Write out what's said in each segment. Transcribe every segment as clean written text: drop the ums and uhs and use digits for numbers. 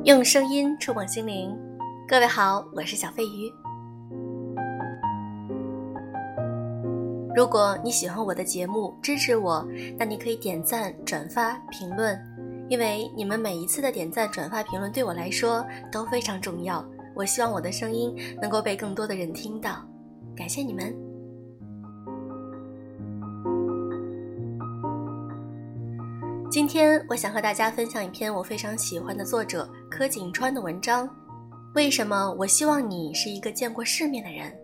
用声音触碰心灵。各位好，我是小飞鱼。如果你喜欢我的节目，支持我，那你可以点赞、转发、评论，因为你们每一次的点赞、转发、评论对我来说都非常重要。我希望我的声音能够被更多的人听到，感谢你们。今天我想和大家分享一篇我非常喜欢的作者柯景川的文章，为什么我希望你是一个见过世面的人。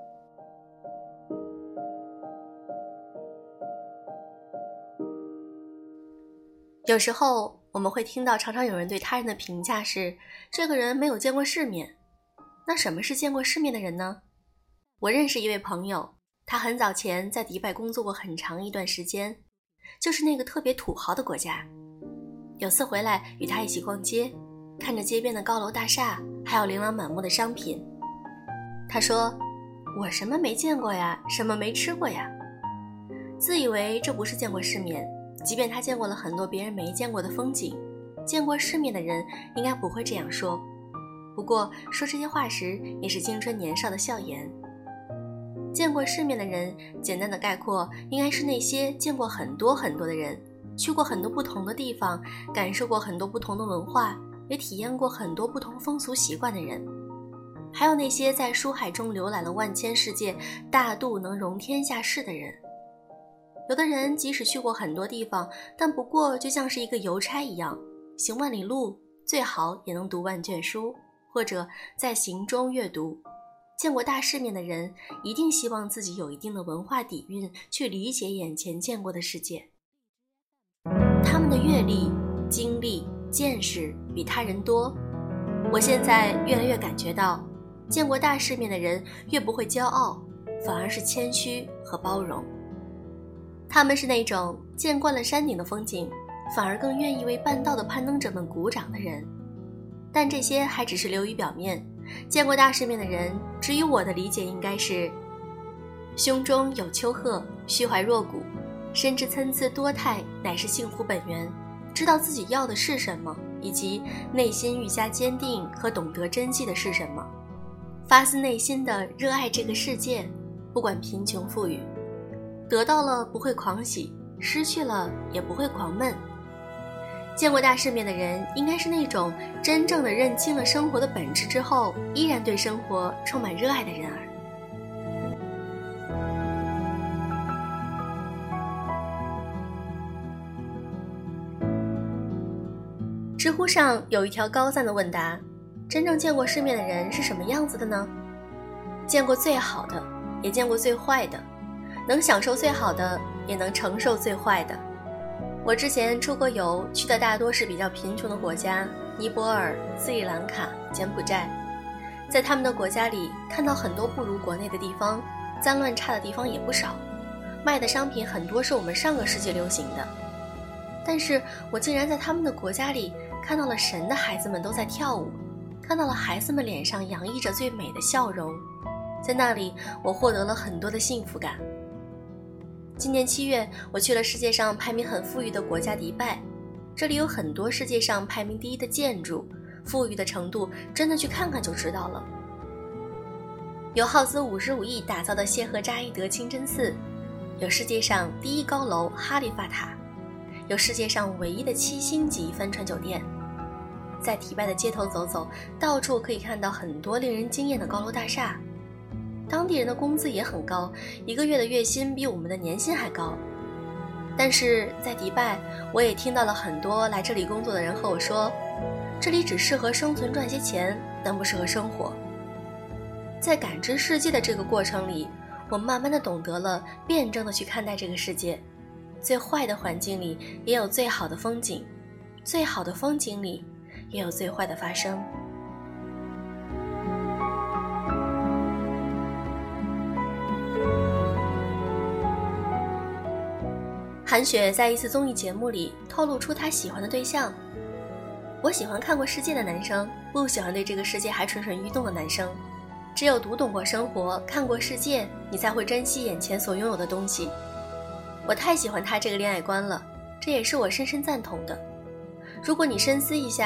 有时候我们会听到常常有人对他人的评价是，这个人没有见过世面。那什么是见过世面的人呢？我认识一位朋友，他很早前在迪拜工作过很长一段时间，就是那个特别土豪的国家。有次回来与他一起逛街，看着街边的高楼大厦，还有琳琅满目的商品，他说，我什么没见过呀，什么没吃过呀。自以为这不是见过世面，即便他见过了很多别人没见过的风景，见过世面的人应该不会这样说。不过说这些话时也是青春年少的笑颜。见过世面的人，简单的概括应该是那些见过很多很多的人，去过很多不同的地方，感受过很多不同的文化，也体验过很多不同风俗习惯的人。还有那些在书海中浏览了万千世界，大度能容天下事的人。有的人即使去过很多地方，但不过就像是一个邮差一样，行万里路，最好也能读万卷书，或者在行中阅读。见过大世面的人一定希望自己有一定的文化底蕴，去理解眼前见过的世界。他们的阅历、经历、见识比他人多。我现在越来越感觉到，见过大世面的人越不会骄傲，反而是谦虚和包容。他们是那种见惯了山顶的风景，反而更愿意为半道的攀登者们鼓掌的人。但这些还只是流于表面，见过大世面的人，至于我的理解应该是，胸中有丘壑，虚怀若谷，深知参差多态乃是幸福本源，知道自己要的是什么，以及内心愈加坚定和懂得珍惜的是什么，发自内心的热爱这个世界，不管贫穷富裕，得到了不会狂喜，失去了也不会狂闷。见过大世面的人应该是那种真正的认清了生活的本质之后，依然对生活充满热爱的人儿。知乎上有一条高赞的问答，真正见过世面的人是什么样子的呢？见过最好的，也见过最坏的，能享受最好的，也能承受最坏的。我之前出过游，去的大多是比较贫穷的国家，尼泊尔、斯里兰卡、柬埔寨。在他们的国家里看到很多不如国内的地方，脏乱差的地方也不少，卖的商品很多是我们上个世纪流行的。但是我竟然在他们的国家里看到了神的孩子们都在跳舞，看到了孩子们脸上洋溢着最美的笑容。在那里我获得了很多的幸福感。今年7月，我去了世界上排名很富裕的国家迪拜，这里有很多世界上排名第1的建筑，富裕的程度真的去看看就知道了。有耗资55亿打造的谢赫扎伊德清真寺，有世界上第1高楼哈利法塔，有世界上唯一的7星级帆船酒店。在迪拜的街头走走，到处可以看到很多令人惊艳的高楼大厦。当地人的工资也很高，1个月的月薪比我们的年薪还高。但是在迪拜，我也听到了很多来这里工作的人和我说，这里只适合生存赚些钱，但不适合生活。在感知世界的这个过程里，我慢慢地懂得了辩证地去看待这个世界。最坏的环境里也有最好的风景，最好的风景里也有最坏的发生。韩雪在一次综艺节目里透露出她喜欢的对象，我喜欢看过世界的男生，不喜欢对这个世界还蠢蠢欲动的男生。只有读懂过生活，看过世界，你才会珍惜眼前所拥有的东西。我太喜欢他这个恋爱观了，这也是我深深赞同的。如果你深思一下，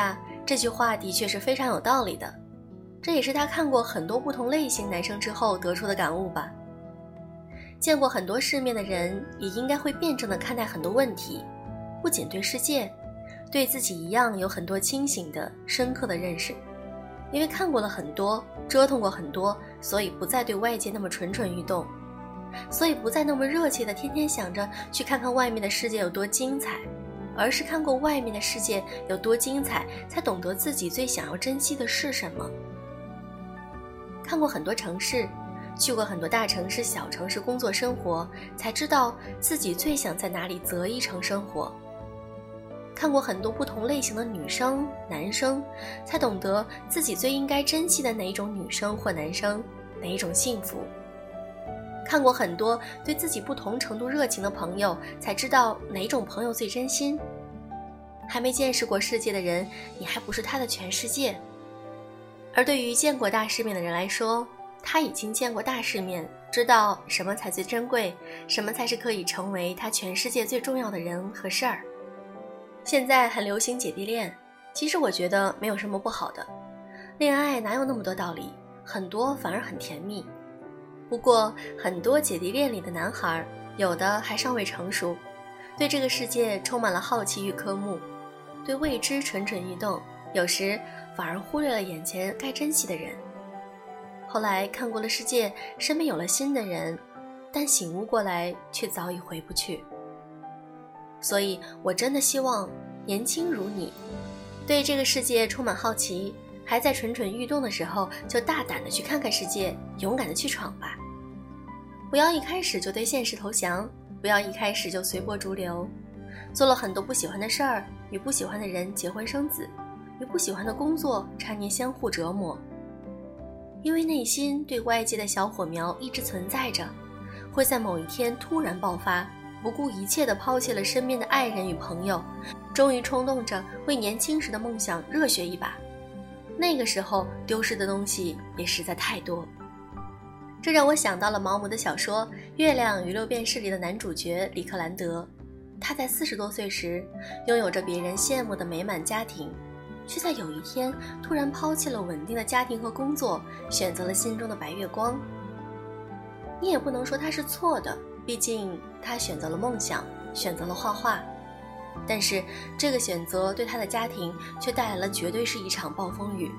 这句话的确是非常有道理的，这也是他看过很多不同类型男生之后得出的感悟吧。见过很多世面的人，也应该会辩证地看待很多问题，不仅对世界，对自己一样有很多清醒的、深刻的认识。因为看过了很多，折腾过很多，所以不再对外界那么蠢蠢欲动，所以不再那么热切地天天想着去看看外面的世界有多精彩，而是看过外面的世界有多精彩，才懂得自己最想要珍惜的是什么。看过很多城市，去过很多大城市、小城市工作生活，才知道自己最想在哪里择一城生活。看过很多不同类型的女生、男生，才懂得自己最应该珍惜的哪一种女生或男生，哪一种幸福。看过很多对自己不同程度热情的朋友，才知道哪种朋友最真心。还没见识过世界的人，你还不是他的全世界。而对于见过大世面的人来说，他已经见过大世面，知道什么才最珍贵，什么才是可以成为他全世界最重要的人和事儿。现在很流行姐弟恋，其实我觉得没有什么不好的，恋爱哪有那么多道理，很多反而很甜蜜。不过很多姐弟恋里的男孩，有的还尚未成熟，对这个世界充满了好奇与渴慕，对未知蠢蠢欲动，有时反而忽略了眼前该珍惜的人。后来看过了世界，身边有了新的人，但醒悟过来却早已回不去。所以我真的希望年轻如你，对这个世界充满好奇，还在蠢蠢欲动的时候，就大胆地去看看世界，勇敢地去闯吧。不要一开始就对现实投降，不要一开始就随波逐流，做了很多不喜欢的事儿，与不喜欢的人结婚生子，与不喜欢的工作缠绵相互折磨。因为内心对外界的小火苗一直存在着，会在某一天突然爆发，不顾一切地抛弃了身边的爱人与朋友，终于冲动着为年轻时的梦想热血一把。那个时候丢失的东西也实在太多。这让我想到了毛姆的小说《月亮与六便士》里的男主角里克兰德。他在40多岁时拥有着别人羡慕的美满家庭，却在有一天突然抛弃了稳定的家庭和工作，选择了心中的白月光。你也不能说他是错的，毕竟他选择了梦想，选择了画画，但是这个选择对他的家庭却带来了绝对是一场暴风雨。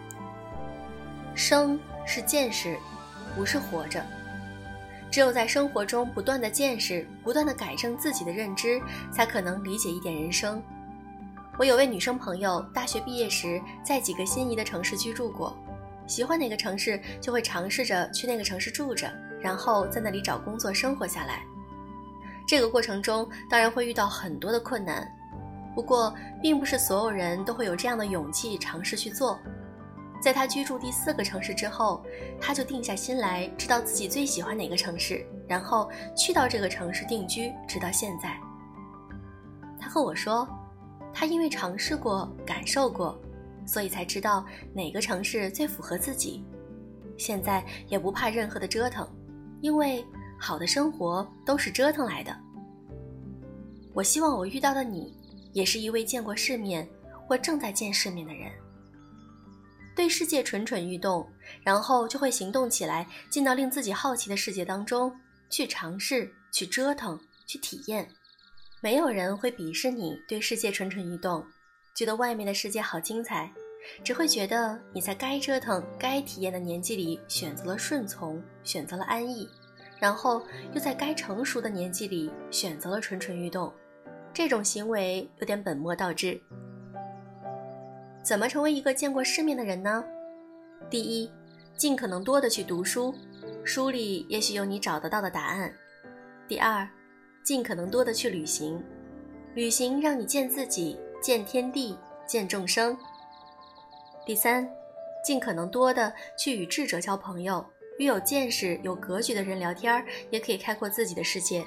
生是见识，不是活着。只有在生活中不断的见识，不断的改正自己的认知，才可能理解一点人生。我有位女生朋友，大学毕业时在几个心仪的城市居住过，喜欢哪个城市就会尝试着去那个城市住着，然后在那里找工作生活下来。这个过程中当然会遇到很多的困难，不过并不是所有人都会有这样的勇气尝试去做。在他居住第4个城市之后，他就定下心来，知道自己最喜欢哪个城市，然后去到这个城市定居，直到现在。他和我说，他因为尝试过、感受过，所以才知道哪个城市最符合自己。现在也不怕任何的折腾，因为好的生活都是折腾来的。我希望我遇到的你，也是一位见过世面或正在见世面的人。对世界蠢蠢欲动，然后就会行动起来，进到令自己好奇的世界当中，去尝试，去折腾，去体验。没有人会鄙视你对世界蠢蠢欲动，觉得外面的世界好精彩，只会觉得你在该折腾、该体验的年纪里选择了顺从，选择了安逸，然后又在该成熟的年纪里选择了蠢蠢欲动。这种行为有点本末倒置。怎么成为一个见过世面的人呢？第一，尽可能多的去读书，书里也许有你找得到的答案。第二，尽可能多的去旅行，旅行让你见自己，见天地，见众生。第三，尽可能多的去与智者交朋友，与有见识、有格局的人聊天，也可以开阔自己的世界。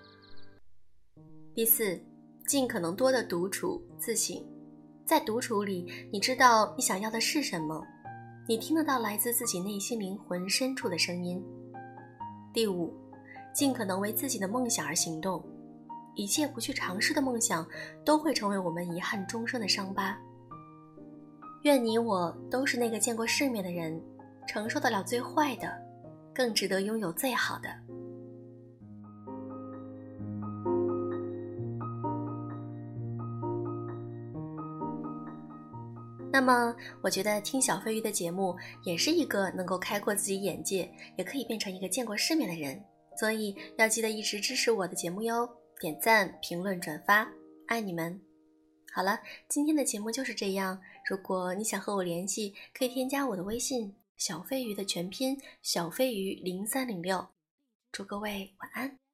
第四，尽可能多的独处自省，在独处里，你知道你想要的是什么，你听得到来自自己内心灵魂深处的声音。第五，尽可能为自己的梦想而行动，一切不去尝试的梦想，都会成为我们遗憾终生的伤疤。 愿你我都是那个见过世面的人，承受得了最坏的，更值得拥有最好的。那么我觉得听小飞鱼的节目也是一个能够开阔自己眼界，也可以变成一个见过世面的人，所以要记得一直支持我的节目哟，点赞、评论、转发，爱你们。好了，今天的节目就是这样，如果你想和我联系，可以添加我的微信小飞鱼的全拼小飞鱼0306，祝各位晚安。